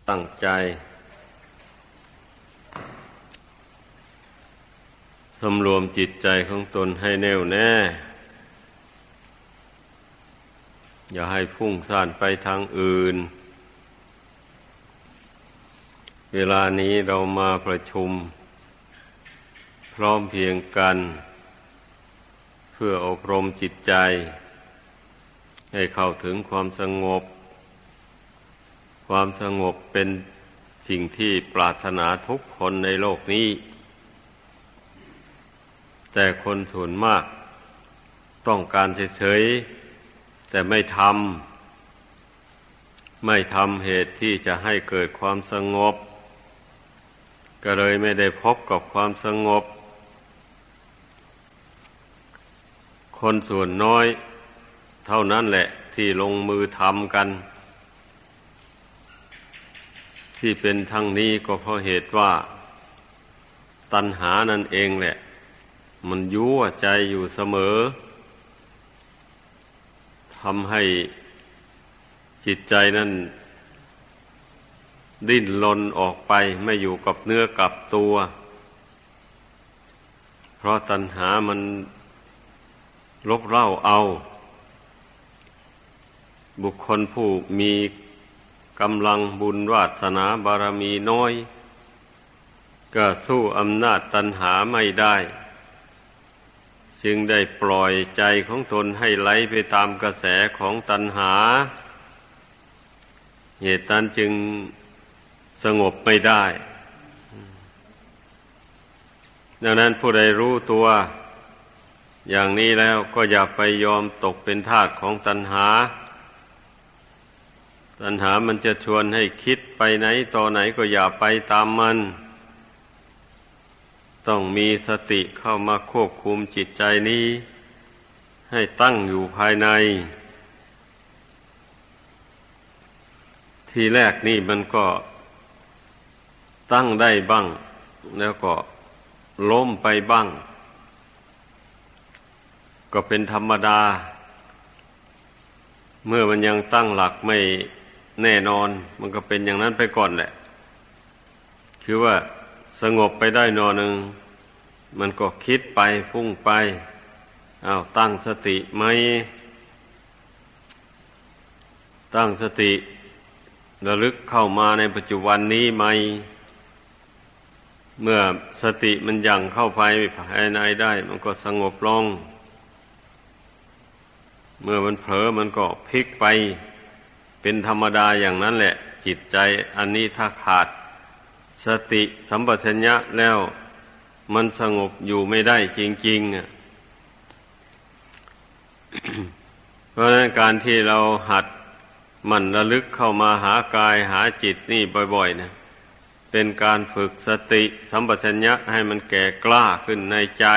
ตั้งใจสำรวมจิตใจของตนให้แน่วแน่อย่าให้พุ่งซ่านไปทางอื่นเวลานี้เรามาประชุมพร้อมเพรียงกันเพื่ออบรมจิตใจให้เข้าถึงความสงบความสงบเป็นสิ่งที่ปรารถนาทุกคนในโลกนี้แต่คนส่วนมากต้องการเฉยๆแต่ไม่ทำเหตุที่จะให้เกิดความสงบก็เลยไม่ได้พบกับความสงบคนส่วนน้อยเท่านั้นแหละที่ลงมือทำกันที่เป็นทั้งนี้ก็เพราะเหตุว่าตัณหานั่นเองแหละมันยั่วใจอยู่เสมอทำให้จิตใจนั้นดิ้นรนออกไปไม่อยู่กับเนื้อกับตัวเพราะตัณหามันรบเร้าเอาบุคคลผู้มีกำลังบุญวาสนาบารมีน้อยก็สู้อำนาจตัณหาไม่ได้จึงได้ปล่อยใจของตนให้ไหลไปตามกระแสของตัณหาเหตุนั้นจึงสงบไม่ได้ดังนั้นผู้ใดรู้ตัวอย่างนี้แล้วก็อย่าไปยอมตกเป็นทาสของตัณหาตัณหามันจะชวนให้คิดไปไหนต่อไหนก็อย่าไปตามมันต้องมีสติเข้ามาควบคุมจิตใจนี้ให้ตั้งอยู่ภายในทีแรกนี่มันก็ตั้งได้บ้างแล้วก็ล้มไปบ้างก็เป็นธรรมดาเมื่อมันยังตั้งหลักไม่แน่นอนมันก็เป็นอย่างนั้นไปก่อนแหละคือว่าสงบไปได้หน่อหนึ่งมันก็คิดไปฟุ้งไปตั้งสติไหมตั้งสติระลึกเข้ามาในปัจจุบันนี้ไหมเมื่อสติมันยั่งเข้าไปภายในได้มันก็สงบลงเมื่อมันเผลอมันก็พลิกไปเป็นธรรมดาอย่างนั้นแหละจิตใจอันนี้ถ้าขาดสติสัมปชัญญะแล้วมันสงบอยู่ไม่ได้จริงๆเพราะฉะนั้นการที่เราหัดหมั่นระลึกเข้ามาหากายหาจิตนี่บ่อยๆนะเป็นการฝึกสติสัมปชัญญะให้มันแก่กล้าขึ้นในใจ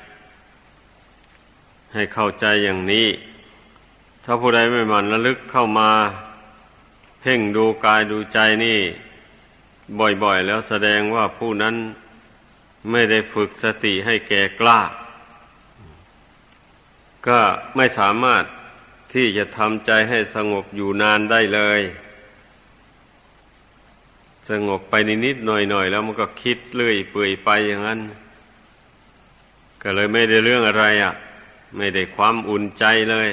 ให้เข้าใจอย่างนี้ถ้าผู้ใดไม่หมั่นระลึกเข้ามาเพ่งดูกายดูใจนี่บ่อยๆแล้วแสดงว่าผู้นั้นไม่ได้ฝึกสติให้แก่กล้าก็ไม่สามารถที่จะทำใจให้สงบอยู่นานได้เลยสงบไปนิดๆหน่อยๆแล้วมันก็คิดเรื่อยเปื่อยไปอย่างนั้นก็เลยไม่ได้เรื่องอะไรไม่ได้ความอุ่นใจเลย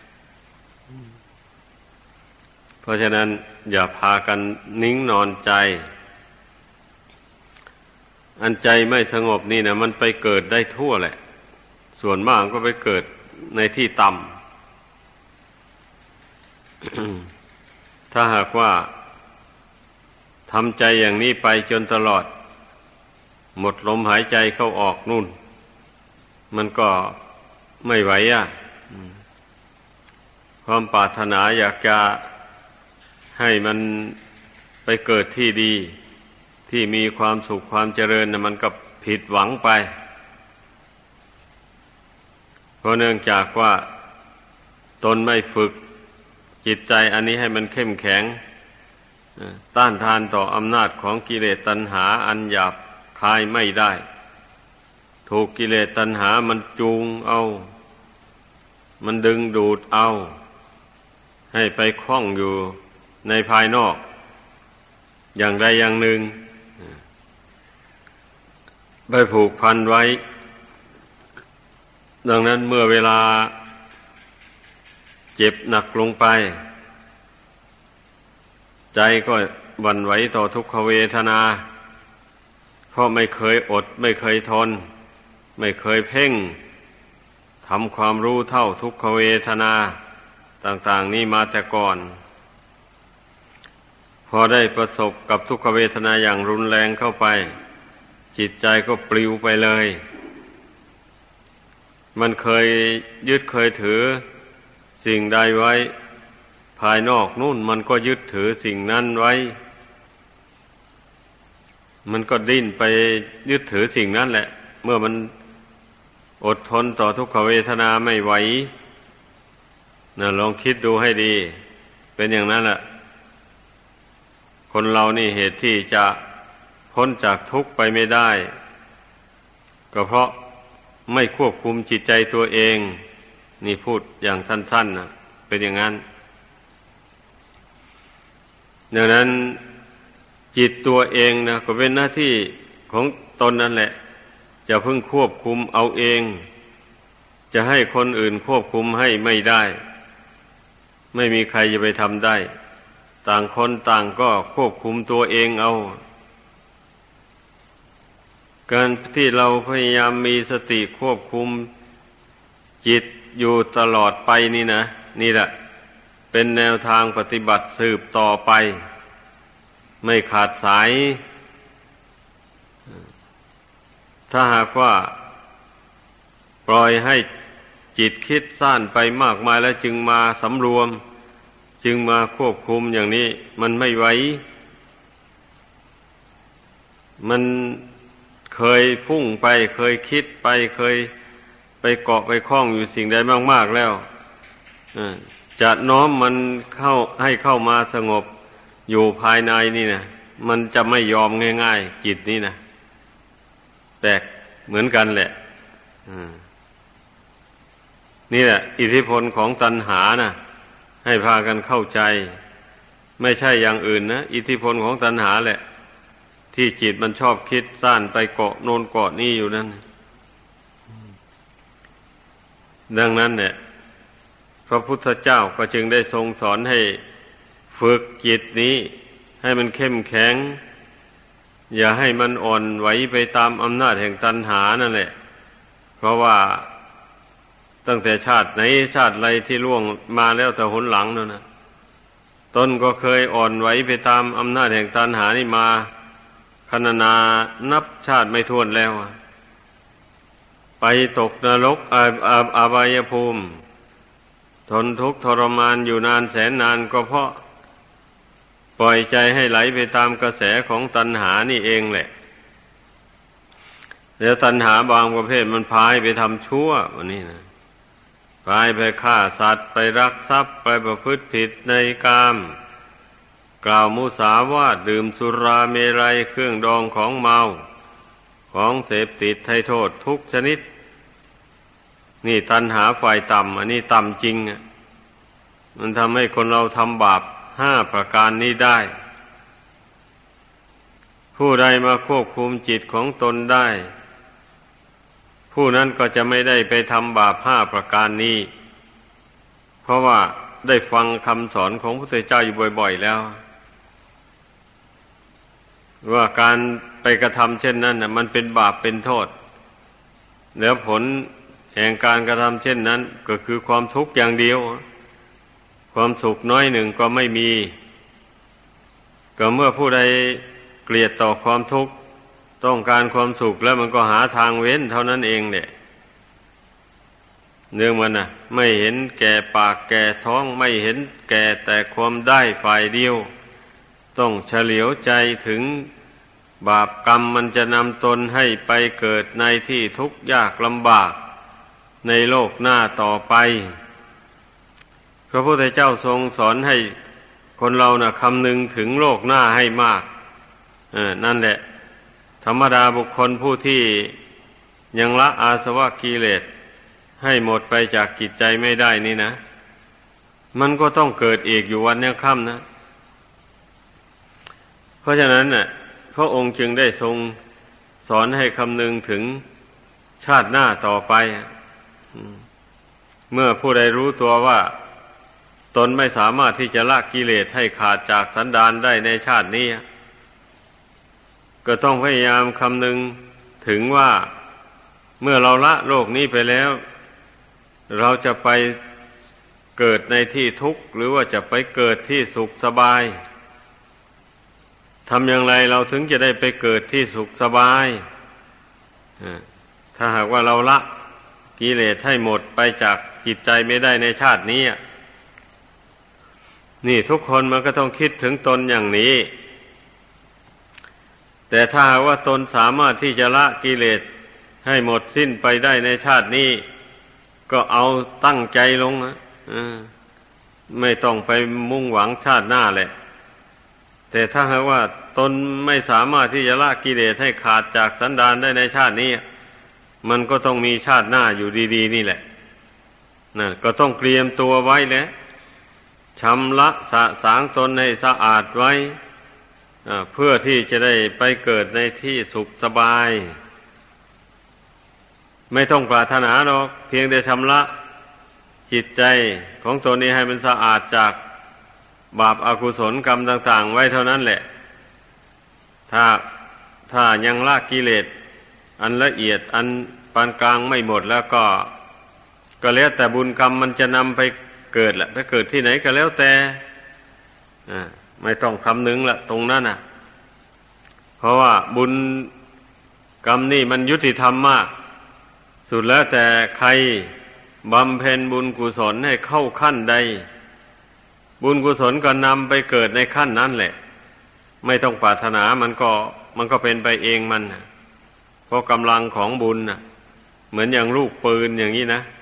เพราะฉะนั้นอย่าพากันนิ่งนอนใจอันใจไม่สงบนี่นะมันไปเกิดได้ทั่วแหละส่วนมากก็ไปเกิดในที่ต่ำ ถ้าหากว่าทำใจอย่างนี้ไปจนตลอดหมดลมหายใจเข้าออกนู่นมันก็ไม่ไหวความปรารถนาอยากจะให้มันไปเกิดที่ดีที่มีความสุขความเจริญนะมันก็ผิดหวังไปเพราะเนื่องจากว่าตนไม่ฝึกจิตใจอันนี้ให้มันเข้มแข็งต้านทานต่ออำนาจของกิเลสตัณหาอันหยาบคายไม่ได้ถูกกิเลสตัณหามันจูงเอามันดึงดูดเอาให้ไปคล้องอยู่ในภายนอกอย่างใดอย่างหนึ่งไปผูกพันไว้ดังนั้นเมื่อเวลาเจ็บหนักลงไปใจก็หวั่นไหวต่อทุกขเวทนาเพราะไม่เคยอดไม่เคยทนไม่เคยเพ่งทำความรู้เท่าทุกขเวทนาต่างๆนี้มาแต่ก่อนพอได้ประสบกับทุกขเวทนาอย่างรุนแรงเข้าไปจิตใจก็ปลิวไปเลยมันเคยยึดเคยถือสิ่งใดไว้ภายนอกนู่นมันก็ยึดถือสิ่งนั้นไว้มันก็ดิ้นไปยึดถือสิ่งนั้นแหละเมื่อมันอดทนต่อทุกขเวทนาไม่ไหวนะลองคิดดูให้ดีเป็นอย่างนั้นแหละคนเรานี่เหตุที่จะพ้นจากทุกข์ไปไม่ได้ก็เพราะไม่ควบคุมจิตใจตัวเองนี่พูดอย่างสั้นๆนะเป็นอย่างนั้นดังนั้นจิตตัวเองนะก็เป็นหน้าที่ของตนนั่นแหละจะพึงควบคุมเอาเองจะให้คนอื่นควบคุมให้ไม่ได้ไม่มีใครจะไปทำได้ต่างคนต่างก็ควบคุมตัวเองเอาการที่เราพยายามมีสติควบคุมจิตอยู่ตลอดไปนี่นะนี่แหละเป็นแนวทางปฏิบัติสืบต่อไปไม่ขาดสายถ้าหากว่าปล่อยให้จิตคิดซ่านไปมากมายแล้วจึงมาสำรวมจึงมาควบคุมอย่างนี้มันไม่ไหวมันเคยพุ่งไปเคยคิดไปเคยไปเกาะไปคล้องอยู่สิ่งใดมากๆแล้วจะน้อมมันเข้าให้เข้ามาสงบอยู่ภายในนี่นะมันจะไม่ยอมง่ายๆจิตนี่นะแตกเหมือนกันแหละนี่แหละอิทธิพลของตัณหานะให้พากันเข้าใจไม่ใช่อย่างอื่นนะอิทธิพลของตัณหาแหละที่จิตมันชอบคิดซ่านไปเกาะโน่นเกาะนี่อยู่นั่นดังนั้นเนี่ยพระพุทธเจ้าก็จึงได้ทรงสอนให้ฝึกจิตนี้ให้มันเข้มแข็งอย่าให้มันอ่อนไหวไปตามอำนาจแห่งตัณหานั่นแหละเพราะว่าตั้งแต่ชาติไหนชาติไรที่ล่วงมาแล้วแต่หนหลังนั่นนะตนก็เคยอ่อนไหวไปตามอำนาจแห่งตัณหานี่มาคณนานับชาติไม่ถ้วนแล้วไปตกนรกอบายภูมิทนทุกข์ทรมานอยู่นานแสนนานก็เพราะปล่อยใจให้ไหลไปตามกระแสของตัณหานี่เองแหละแล้วตัณหาบางประเภทมันพาให้ไปทำชั่ววันนี้นะพาให้ไปฆ่าสัตว์ไปรักทรัพย์ไปประพฤติผิดในกามกล่าวมุสาวาทดื่มสุราเมรัยเครื่องดองของเมาของเสพติดให้โทษทุกชนิดนี่ตัณหาฝ่ายต่ำอันนี้ต่ำจริงมันทำให้คนเราทำบาป5 ประการนี้ได้ผู้ใดมาควบคุมจิตของตนได้ผู้นั้นก็จะไม่ได้ไปทำบาป5 ประการนี้เพราะว่าได้ฟังคำสอนของพระพุทธเจ้าอยู่บ่อยๆแล้วว่าการไปกระทำเช่นนั้นมันเป็นบาปเป็นโทษแล้วผลแห่งการกระทำเช่นนั้นก็คือความทุกข์อย่างเดียวความสุขน้อยหนึ่งก็ไม่มีก็เมื่อผู้ใดเกลียดต่อความทุกข์ต้องการความสุขแล้วมันก็หาทางเว้นเท่านั้นเองเนี่ยเรื่องมันไม่เห็นแก่ปากแก่ท้องไม่เห็นแก่แต่ความได้ฝ่ายเดียวต้องเฉลียวใจถึงบาปกรรมมันจะนำตนให้ไปเกิดในที่ทุกข์ยากลำบากในโลกหน้าต่อไปพระพุทธเจ้าทรงสอนให้คนเราคำนึงถึงโลกหน้าให้มากนั่นแหละธรรมดาบุคคลผู้ที่ยังละอาสวะกิเลสให้หมดไปจากจิตใจไม่ได้นี่นะมันก็ต้องเกิดอีกอยู่วันยังค่ำนะเพราะฉะนั้นน่ะพระองค์จึงได้ทรงสอนให้คำนึงถึงชาติหน้าต่อไปเมื่อผู้ใดรู้ตัวว่าตนไม่สามารถที่จะละกิเลสให้ขาดจากสันดานได้ในชาตินี้ก็ต้องพยายามคำนึงถึงว่าเมื่อเราละโลกนี้ไปแล้วเราจะไปเกิดในที่ทุกข์หรือว่าจะไปเกิดที่สุขสบายทำอย่างไรเราถึงจะได้ไปเกิดที่สุขสบายถ้าหากว่าเราละกิเลสให้หมดไปจากจิตใจไม่ได้ในชาตินี้นี่ทุกคนมันก็ต้องคิดถึงตนอย่างนี้แต่ถ้าหากว่าตนสามารถที่จะละกิเลสให้หมดสิ้นไปได้ในชาตินี้ก็เอาตั้งใจลงไม่ต้องไปมุ่งหวังชาติหน้าแหละแต่ถ้าหากว่าตนไม่สามารถที่จะละกิเลสให้ขาดจากสันดานได้ในชาตินี้มันก็ต้องมีชาติหน้าอยู่ดีๆนี่แหละนั่นก็ต้องเตรียมตัวไว้แล้วชำระสะสางตนให้สะอาดไว้เพื่อที่จะได้ไปเกิดในที่สุขสบายไม่ต้องปรารถนาหรอกเพียงแต่ชำระจิตใจของตนนี้ให้มันสะอาดจากบาปอกุศลกรรมต่างๆไว้เท่านั้นแหละถ้ายังละกิเลสอันละเอียดอันปานกลางไม่หมดแล้วก็แล้วแต่บุญกรรมมันจะนำไปเกิดแหละไปเกิดที่ไหนก็แล้วแต่ไม่ต้องคำนึงละตรงนั้นเพราะว่าบุญกรรมนี่มันยุติธรรมมากสุดแล้วแต่ใครบำเพ็ญบุญกุศลให้เข้าขั้นใดบุญกุศลก็นำไปเกิดในขั้นนั้นแหละไม่ต้องปรารถนามันก็เป็นไปเองมันเพราะกำลังของบุญเหมือนอย่างลูกปืนอย่างนี้นะ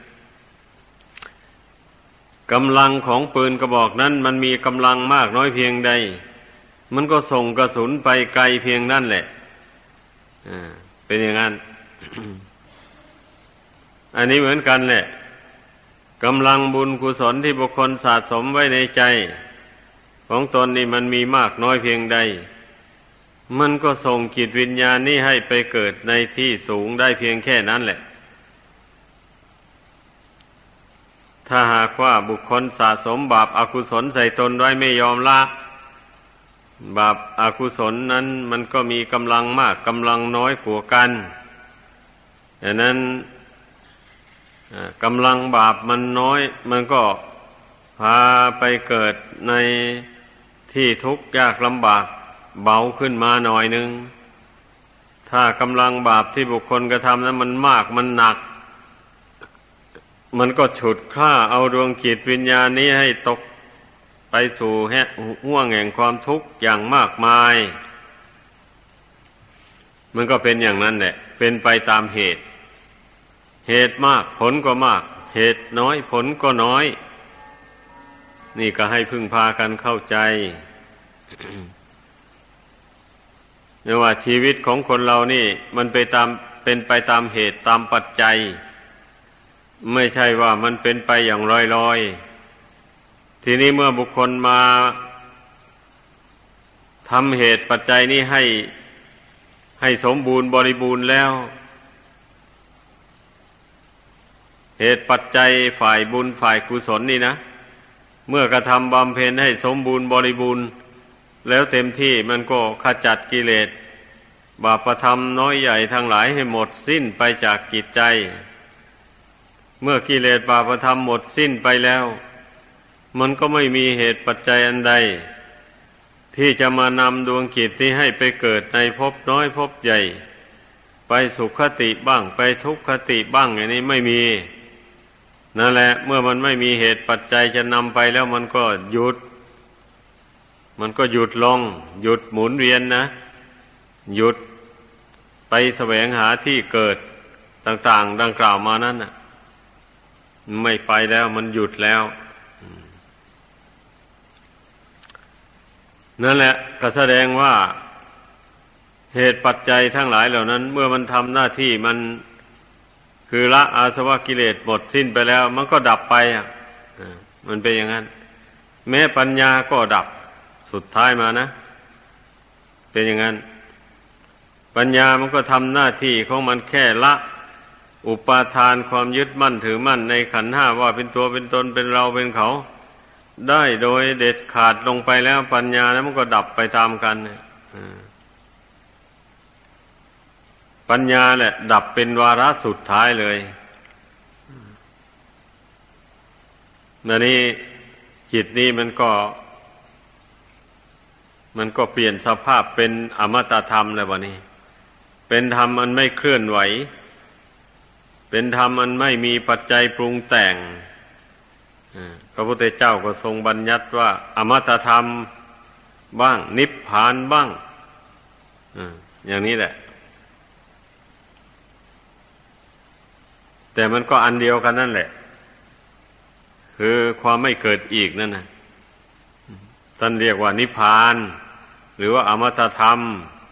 กำลังของปืนกระบอกนั้นมันมีกำลังมากน้อยเพียงใดมันก็ส่งกระสุนไปไกลเพียงนั่นแหละเป็นอย่างนั้น อันนี้เหมือนกันแหละกำลังบุญกุศลที่บุคคลสะสมไว้ในใจของตนนี่มันมีมากน้อยเพียงใดมันก็ส่งจิตวิญญาณนี้ให้ไปเกิดในที่สูงได้เพียงแค่นั้นแหละถ้าหากว่าบุคคลสะสมบาปอกุศลใส่ตนไว้ไม่ยอมละบาปอกุศลนั้นมันก็มีกำลังมากกำลังน้อยกว่ากันดังนั้นกำลังบาปมันน้อยมันก็พาไปเกิดในที่ทุกข์ยากลำบากเบาขึ้นมาหน่อยนึงถ้ากำลังบาปที่บุคคลกระทำนั้นมันมากมันหนักมันก็ฉุดฆ่าเอาดวงจิตวิญญาณนี้ให้ตกไปสู่ห้วงแห่งความทุกข์อย่างมากมายมันก็เป็นอย่างนั้นแหละเป็นไปตามเหตุมากผลก็มากเหตุน้อยผลก็น้อยนี่ก็ให้พึ่งพากันเข้าใจ เรียกว่าชีวิตของคนเรานี่มันเป็นไปตามเหตุตามปัจจัยไม่ใช่ว่ามันเป็นไปอย่างลอยๆทีนี้เมื่อบุคคลมาทำเหตุปัจจัยนี้ให้สมบูรณ์บริบูรณ์แล้วเหตุปัจจัยฝ่ายบุญฝ่ายกุศลนี่นะเมื่อกระทำบำเพ็ญให้สมบูรณ์บริบูรณ์แล้วเต็มที่มันก็ขจัดกิเลสบาปธรรมน้อยใหญ่ทั้งหลายให้หมดสิ้นไปจากจิตใจเมื่อกิเลสบาปธรรมหมดสิ้นไปแล้วมันก็ไม่มีเหตุปัจจัยอันใดที่จะมานำดวงจิตที่ให้ไปเกิดในภพน้อยภพใหญ่ไปสุขคติบ้างไปทุกขคติบ้างอย่างนี้ไม่มีนั่นแหละเมื่อมันไม่มีเหตุปัจจัยจะนำไปแล้วมันก็หยุดลงหยุดหมุนเวียนนะหยุดไปแสวงหาที่เกิดต่างๆดังกล่าวมานั้นน่ะไม่ไปแล้วมันหยุดแล้วนั่นแหละก็แสดงว่าเหตุปัจจัยทั้งหลายเหล่านั้นเมื่อมันทำหน้าที่มันคือละอาสวะกิเลสหมดสิ้นไปแล้วมันก็ดับไปมันเป็นอย่างนั้นแม้ปัญญาก็ดับสุดท้ายมานะเป็นอย่างนั้นปัญญามันก็ทำหน้าที่ของมันแค่ละอุปาทานความยึดมั่นถือมั่นในขันธ์ห้าว่าเป็นตัวเป็นตนเป็นเราเป็นเขาได้โดยเด็ดขาดลงไปแล้วปัญญานั้นมันก็ดับไปตามกันปัญญาแหละดับเป็นวาระสุดท้ายเลยนี่จิตนี้มันก็เปลี่ยนสภาพเป็นอมตะธรรมแล้ววะนี่เป็นธรรมอันไม่เคลื่อนไหวเป็นธรรมอันไม่มีปัจจัยปรุงแต่งพระพุทธเจ้าก็ทรงบัญญัติว่าอมตะธรรมบ้างนิพพานบ้างอย่างนี้แหละแต่มันก็อันเดียวกันนั่นแหละคือความไม่เกิดอีกนั่นนะท่านเรียกว่านิพพานหรือว่าอมตะธรรม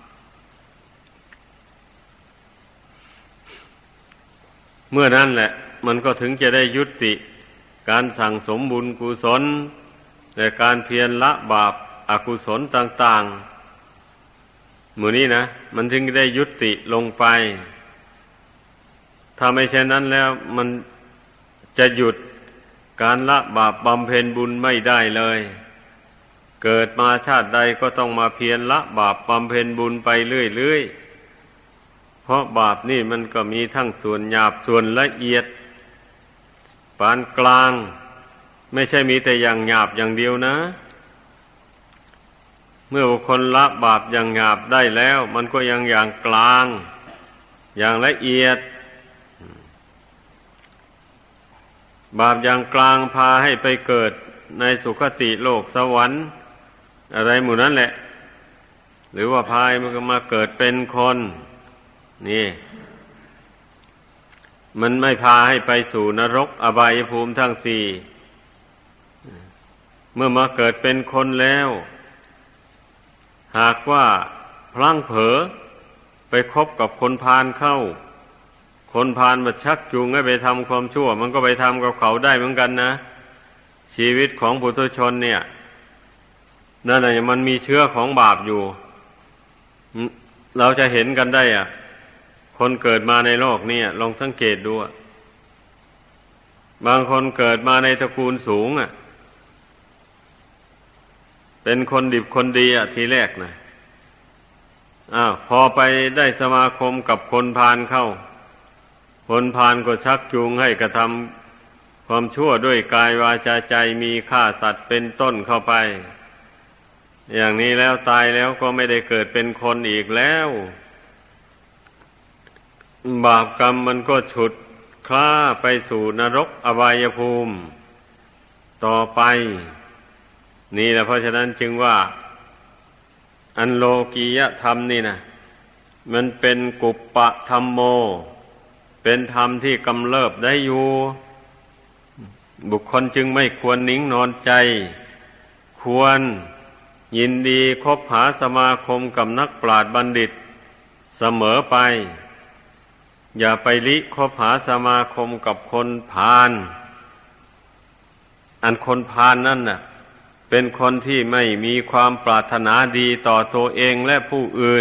เมื่อนั้นแหละมันก็ถึงจะได้ยุติการสั่งสมบุญกุศลและการเพียรละบาปอกุศลต่างๆหมู่นี้นะมันถึงได้ยุติลงไปถ้าไม่เช่นนั้นแล้วมันจะหยุดการละบาปบำเพ็ญบุญไม่ได้เลยเกิดมาชาติใดก็ต้องมาเพียรละบาปบำเพ็ญบุญไปเรื่อยๆเพราะบาปนี่มันก็มีทั้งส่วนหยาบส่วนละเอียดปานกลางไม่ใช่มีแต่อย่างหยาบอย่างเดียวนะเมื่อบุคคลละบาปอย่างหยาบได้แล้วมันก็ยังอย่างกลางอย่างละเอียดบาปอย่างกลางพาให้ไปเกิดในสุคติโลกสวรรค์อะไรหมู่นั้นแหละหรือว่าพายมันก็มาเกิดเป็นคนนี่มันไม่พาให้ไปสู่นรกอบายภูมิทั้งสี่เมื่อมาเกิดเป็นคนแล้วหากว่าพลั้งเผลอไปคบกับคนพาลเข้าคนพาลมาชักจูงให้ไปทำความชั่วมันก็ไปทำกับเขาได้เหมือนกันนะชีวิตของปุถุชนเนี่ยนั่นแหละมันมีเชื้อของบาปอยู่เราจะเห็นกันได้อ่ะคนเกิดมาในโลกนี้ลองสังเกตดูบางคนเกิดมาในตระกูลสูงเป็นคนดิบคนดีทีแรกนะพอไปได้สมาคมกับคนพาลเข้าคนพาลก็ชักจูงให้กระทำความชั่วด้วยกายวาจาใจมีฆ่าสัตว์เป็นต้นเข้าไปอย่างนี้แล้วตายแล้วก็ไม่ได้เกิดเป็นคนอีกแล้วบาปกรรมมันก็ฉุดคล้าไปสู่นรกอบายภูมิต่อไปนี่แหละเพราะฉะนั้นจึงว่าอันโลกียธรรมนี่นะมันเป็นกุปปะธัมโมเป็นธรรมที่กำเริบได้อยู่บุคคลจึงไม่ควรนิ่งนอนใจควรยินดีคบหาสมาคมกับนักปราชญ์บัณฑิตเสมอไปอย่าไปลิคบหาสมาคมกับคนพาลอันคนพาลนั่นน่ะเป็นคนที่ไม่มีความปรารถนาดีต่อตัวเองและผู้อื่น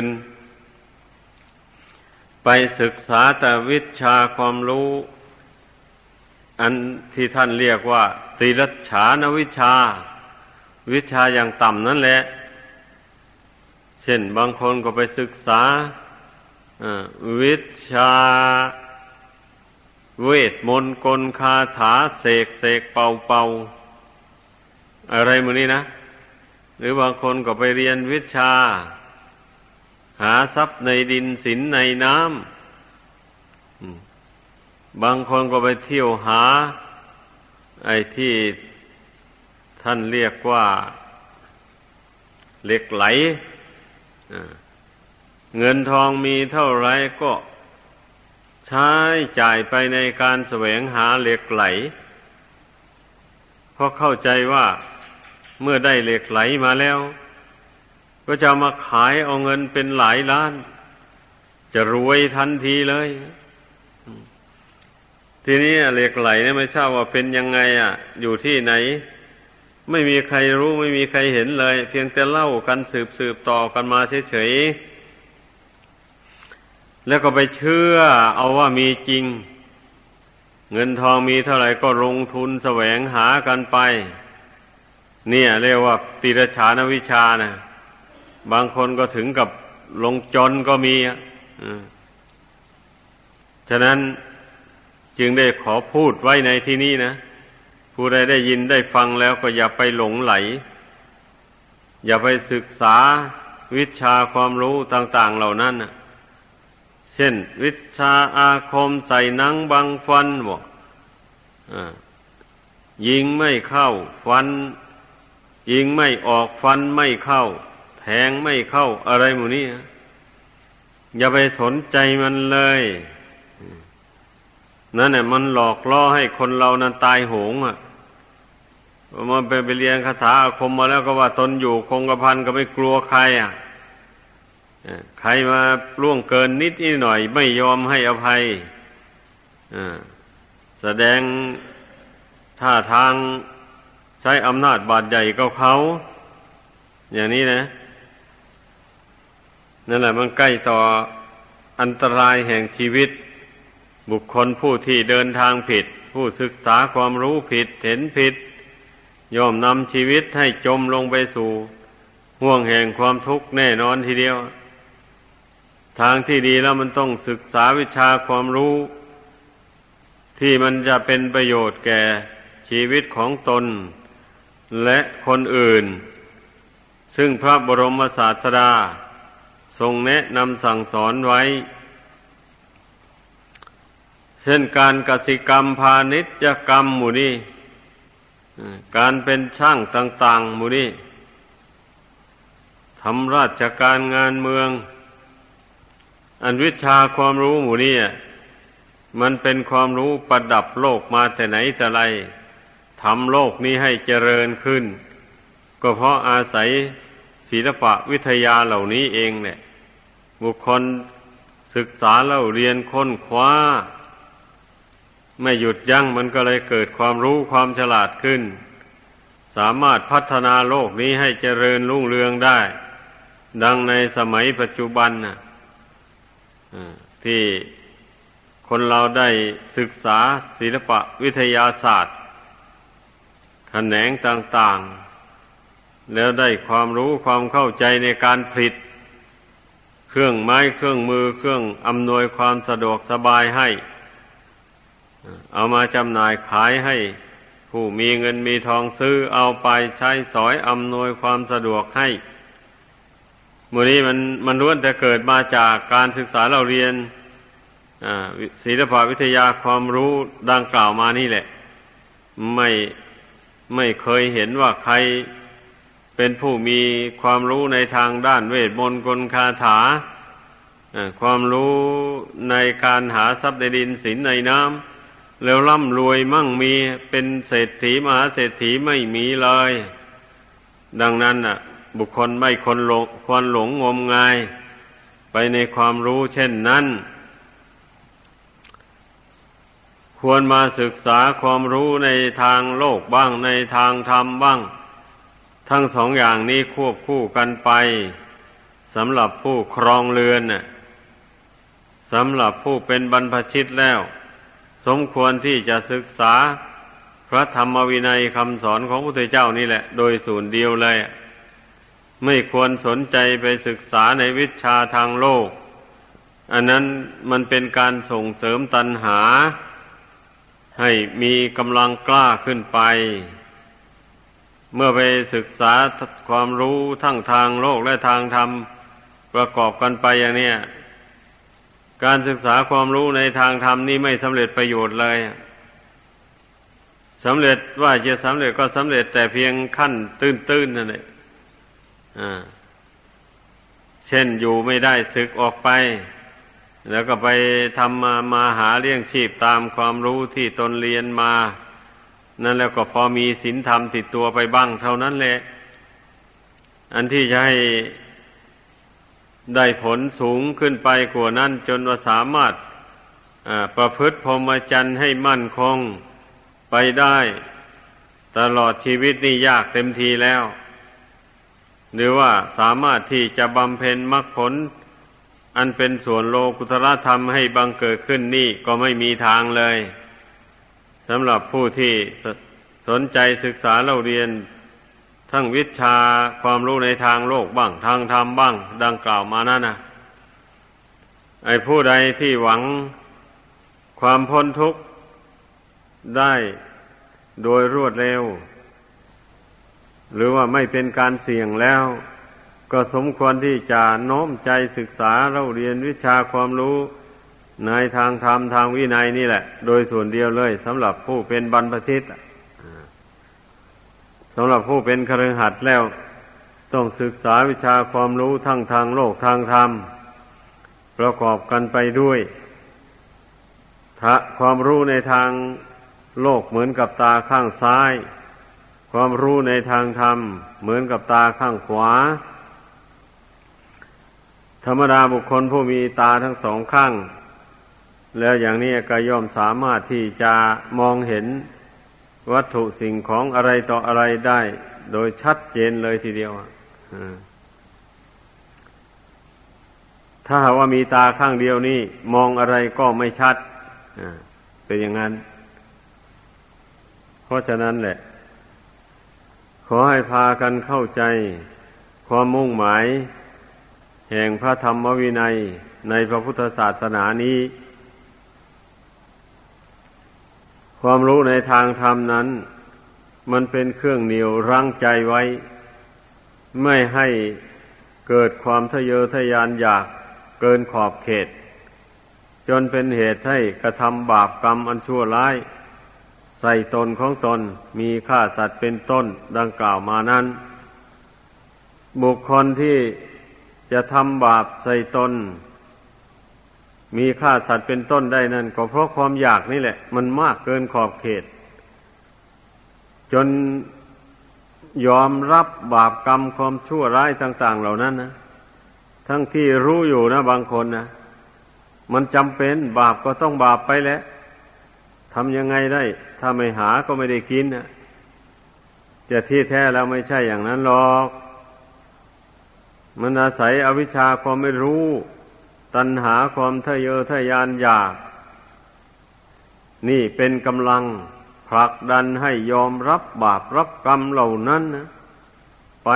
ไปศึกษาแต่วิชาความรู้อันที่ท่านเรียกว่าติรัจฉานวิชาวิชาอย่างต่ำนั่นแหละเช่นบางคนก็ไปศึกษาวิชาเวทมนต์กลคาถาเสกเป่าอะไรหมดนี้นะหรือบางคนก็ไปเรียนวิชาหาทรัพย์ในดินสินในน้ำบางคนก็ไปเที่ยวหาไอ้ที่ท่านเรียกว่าเหล็กไหลเงินทองมีเท่าไรก็ใช้จ่ายไปในการแสวงหาเหล็กไหลเพราะเข้าใจว่าเมื่อได้เหล็กไหลมาแล้วก็จะมาขายเอาเงินเป็นหลายล้านจะรวยทันทีเลยทีนี้เหล็กไหลเนี่ยไม่ทราบว่าเป็นยังไงอยู่ที่ไหนไม่มีใครรู้ไม่มีใครเห็นเลยเพียงแต่เล่ากันสืบต่อกันมาเฉยๆแล้วก็ไปเชื่อเอาว่ามีจริงเงินทองมีเท่าไหร่ก็ลงทุนแสวงหากันไปเนี่ยเรียกว่าติรฉานวิชานะบางคนก็ถึงกับลงจนก็มีฉะนั้นจึงได้ขอพูดไว้ในที่นี้นะผู้ใดได้ยินได้ฟังแล้วก็อย่าไปหลงไหลอย่าไปศึกษาวิชาความรู้ต่างๆเหล่านั้นนะเช่นวิชาอาคมใส่หนังบังฟันบอกยิงไม่เข้าฟันยิงไม่ออกฟันไม่เข้าแทงไม่เข้าอะไรหมู่นี้อย่าไปสนใจมันเลยนั่นแหละมันหลอกล่อให้คนเรานั้นตายโหงมันไปเรียนคาถาอาคมมาแล้วก็ว่าตนอยู่คงกระพันก็ไม่กลัวใครใครมาล่วงเกินนิดหน่อยไม่ยอมให้อภัยแสดงท่าทางใช้อำนาจบาดใหญ่กับเขาอย่างนี้นะนั่นแหละมันใกล้ต่ออันตรายแห่งชีวิตบุคคลผู้ที่เดินทางผิดผู้ศึกษาความรู้ผิดเห็นผิดย่อมนำชีวิตให้จมลงไปสู่ห่วงแห่งความทุกข์แน่นอนทีเดียวทางที่ดีแล้วมันต้องศึกษาวิชาความรู้ที่มันจะเป็นประโยชน์แก่ชีวิตของตนและคนอื่นซึ่งพระบรมศาสดาทรงแนะนำสั่งสอนไว้เช่นการกสิกรรมพาณิชยกรรมหมู่นี้การเป็นช่างต่างๆหมู่นี้ทำราชการงานเมืองอันวิชาความรู้หมู่นี้มันเป็นความรู้ประดับโลกมาแต่ไหนแต่ไรทำโลกนี้ให้เจริญขึ้นก็เพราะอาศัยศิลปะวิทยาเหล่านี้เองเนี่ยบุคคลศึกษาเล่าเรียนค้นคว้าไม่หยุดยั้งมันก็เลยเกิดความรู้ความฉลาดขึ้นสามารถพัฒนาโลกนี้ให้เจริญรุ่งเรืองได้ดังในสมัยปัจจุบันนะที่คนเราได้ศึกษาศิลปะวิทยาศาสตร์แขนงต่างๆแล้วได้ความรู้ความเข้าใจในการผลิตเครื่องไม้เครื่องมือเครื่องอำนวยความสะดวกสบายให้เอามาจำหน่ายขายให้ผู้มีเงินมีทองซื้อเอาไปใช้สอยอำนวยความสะดวกให้หมู่นี้มันล้วนแต่เกิดมาจากการศึกษาเราเรียนศิลปวิทยาความรู้ดังกล่าวมานี่แหละไม่เคยเห็นว่าใครเป็นผู้มีความรู้ในทางด้านเวทมนต์กลคาถาความรู้ในการหาทรัพย์ในดินสินในน้ำแล้วร่ำรวยมั่งมีเป็นเศรษฐีมหาเศรษฐีไม่มีเลยดังนั้นบุคคลไม่ควรหลงงมงายไปในความรู้เช่นนั้นควรมาศึกษาความรู้ในทางโลกบ้างในทางธรรมบ้างทั้งสองอย่างนี้ควบคู่กันไปสำหรับผู้ครองเรือนสำหรับผู้เป็นบรรพชิตแล้วสมควรที่จะศึกษาพระธรรมวินัยคำสอนของพระพุทธเจ้านี่แหละโดยส่วนเดียวเลยไม่ควรสนใจไปศึกษาในวิชาทางโลกอันนั้นมันเป็นการส่งเสริมตัณหาให้มีกำลังกล้าขึ้นไปเมื่อไปศึกษาความรู้ทั้งทางโลกและทางธรรมประกอบกันไปอย่างนี้การศึกษาความรู้ในทางธรรมนี่ไม่สำเร็จประโยชน์เลยสำเร็จว่าจะสำเร็จก็สำเร็จแต่เพียงขั้นตื้นๆนั่นแหละเช่นอยู่ไม่ได้สึกออกไปแล้วก็ไปทำมาหาเลี้ยงชีพตามความรู้ที่ตนเรียนมานั่นแล้วก็พอมีศีลธรรมติดตัวไปบ้างเท่านั้นแหละอันที่จะให้ได้ผลสูงขึ้นไปกว่านั้นจนว่าสามารถประพฤติพรหมจรรย์ให้มั่นคงไปได้ตลอดชีวิตนี่ยากเต็มทีแล้วหรือว่าสามารถที่จะบำเพ็ญมรรคผลอันเป็นส่วนโลกุตระธรรมให้บังเกิดขึ้นนี่ก็ไม่มีทางเลยสำหรับผู้ที่สนใจศึกษาเล่าเรียนทั้งวิชาความรู้ในทางโลกบ้างทางธรรมบ้างดังกล่าวมานั่นนะไอ้ผู้ใดที่หวังความพ้นทุกข์ได้โดยรวดเร็วหรือว่าไม่เป็นการเสี่ยงแล้วก็สมควรที่จะโน้มใจศึกษาเล่าเรียนวิชาความรู้ในทางธรรมทางวินัยนี่แหละโดยส่วนเดียวเลยสำหรับผู้เป็นบรรพชิตสำหรับผู้เป็นคฤหัสถ์แล้วต้องศึกษาวิชาความรู้ทั้งทางโลกทางธรรมประกอบกันไปด้วยความรู้ในทางโลกเหมือนกับตาข้างซ้ายความรู้ในทางธรรมเหมือนกับตาข้างขวาธรรมดาบุคคลผู้มีตาทั้งสองข้างแล้วอย่างนี้ก็ย่อมสามารถที่จะมองเห็นวัตถุสิ่งของอะไรต่ออะไรได้โดยชัดเจนเลยทีเดียวถ้าหากว่ามีตาข้างเดียวนี่มองอะไรก็ไม่ชัดเป็นอย่างนั้นเพราะฉะนั้นแหละขอให้พากันเข้าใจความมุ่งหมายแห่งพระธรรมวินัยในพระพุทธศาสนานี้ความรู้ในทางธรรมนั้นมันเป็นเครื่องเหนี่ยวรั้งใจไว้ไม่ให้เกิดความทะเยอทะยานอยากเกินขอบเขตจนเป็นเหตุให้กระทำบาปกรรมอันชั่วร้ายใส่ตนของตนมีฆ่าสัตว์เป็นต้นดังกล่าวมานั้นบุคคลที่จะทำบาปใส่ตนมีฆ่าสัตว์เป็นต้นได้นั่นก็เพราะความอยากนี่แหละมันมากเกินขอบเขตจนยอมรับบาปกรรมความชั่วร้ายต่างๆเหล่านั้นนะทั้งที่รู้อยู่นะบางคนนะมันจำเป็นบาปก็ต้องบาปไปแล้วทำยังไงได้ถ้าไม่หาก็ไม่ได้กินนะจะที่แท้แล้วไม่ใช่อย่างนั้นหรอกมันอาศัยอวิชชาความไม่รู้ตัณหาความทะเยอทะยานอยากนี่เป็นกำลังผลักดันให้ยอมรับบาปรับกรรมเหล่านั้นนะไป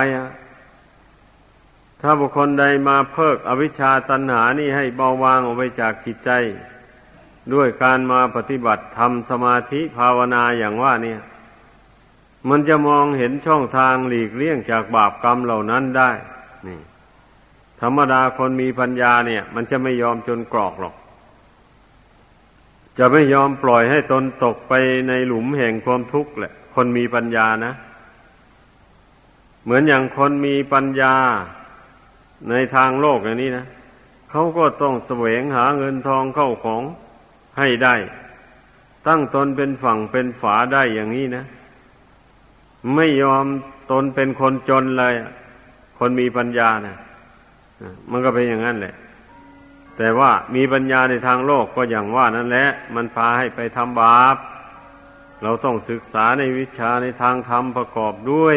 ถ้าบุคคลใดมาเพิกอวิชชาตัณหานี่ให้เบาบางออกไปจากจิตใจด้วยการมาปฏิบัติทำสมาธิภาวนาอย่างว่าเนี่ยมันจะมองเห็นช่องทางหลีกเลี่ยงจากบาปกรรมเหล่านั้นได้นี่ธรรมดาคนมีปัญญาเนี่ยมันจะไม่ยอมจนกรอกหรอกจะไม่ยอมปล่อยให้ตนตกไปในหลุมแห่งความทุกข์แหละคนมีปัญญานะเหมือนอย่างคนมีปัญญาในทางโลกอย่างนี้นะเขาก็ต้องแสวงหาเงินทองเข้าของให้ได้ตั้งตนเป็นฝั่งเป็นฝาได้อย่างนี้นะไม่ยอมตนเป็นคนจนเลยคนมีปัญญานะมันก็เป็นอย่างนั้นแหละแต่ว่ามีปัญญาในทางโลกก็อย่างว่านั่นแหละมันพาให้ไปทำบาปเราต้องศึกษาในวิชาในทางธรรมประกอบด้วย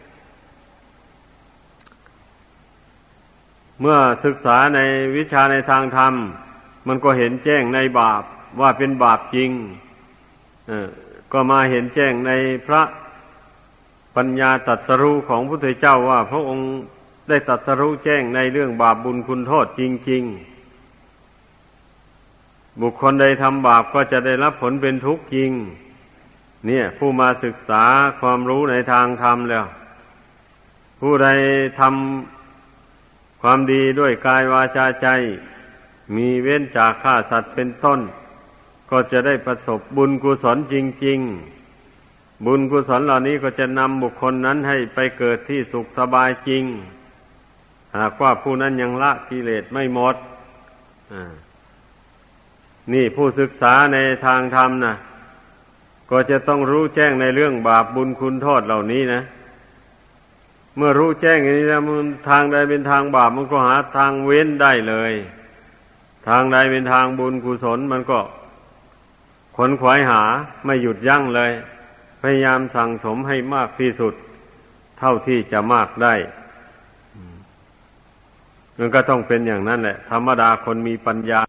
เมื่อศึกษาในวิชาในทางธรรมมันก็เห็นแจ้งในบาปว่าเป็นบาปจริงก็มาเห็นแจ้งในพระปัญญาตรัสรู้ของพระพุทธเจ้าว่าพระองค์ได้ตรัสรู้แจ้งในเรื่องบาปบุญคุณโทษจริงๆบุคคลใดทำบาปก็จะได้รับผลเป็นทุกข์จริงเนี่ยผู้มาศึกษาความรู้ในทางธรรมแล้วผู้ใดทำความดีด้วยกายวาจาใจมีเว้นจากฆ่าสัตว์เป็นต้นก็จะได้ประสบบุญกุศลจริงๆบุญกุศลเหล่านี้ก็จะนำบุคคลนั้นให้ไปเกิดที่สุขสบายจริงหากว่าผู้นั้นยังละกิเลสไม่หมดนี่ผู้ศึกษาในทางธรรมนะก็จะต้องรู้แจ้งในเรื่องบาปบุญคุณโทษเหล่านี้นะเมื่อรู้แจ้งอย่างนี้แล้วมันทางใดเป็นทางบาปมันก็หาทางเว้นได้เลยทางใดเป็นทางบุญกุศลมันก็ขวนขวายหาไม่หยุดยั้งเลยพยายามสั่งสมให้มากที่สุดเท่าที่จะมากได้มันก็ต้องเป็นอย่างนั้นแหละธรรมดาคนมีปัญญา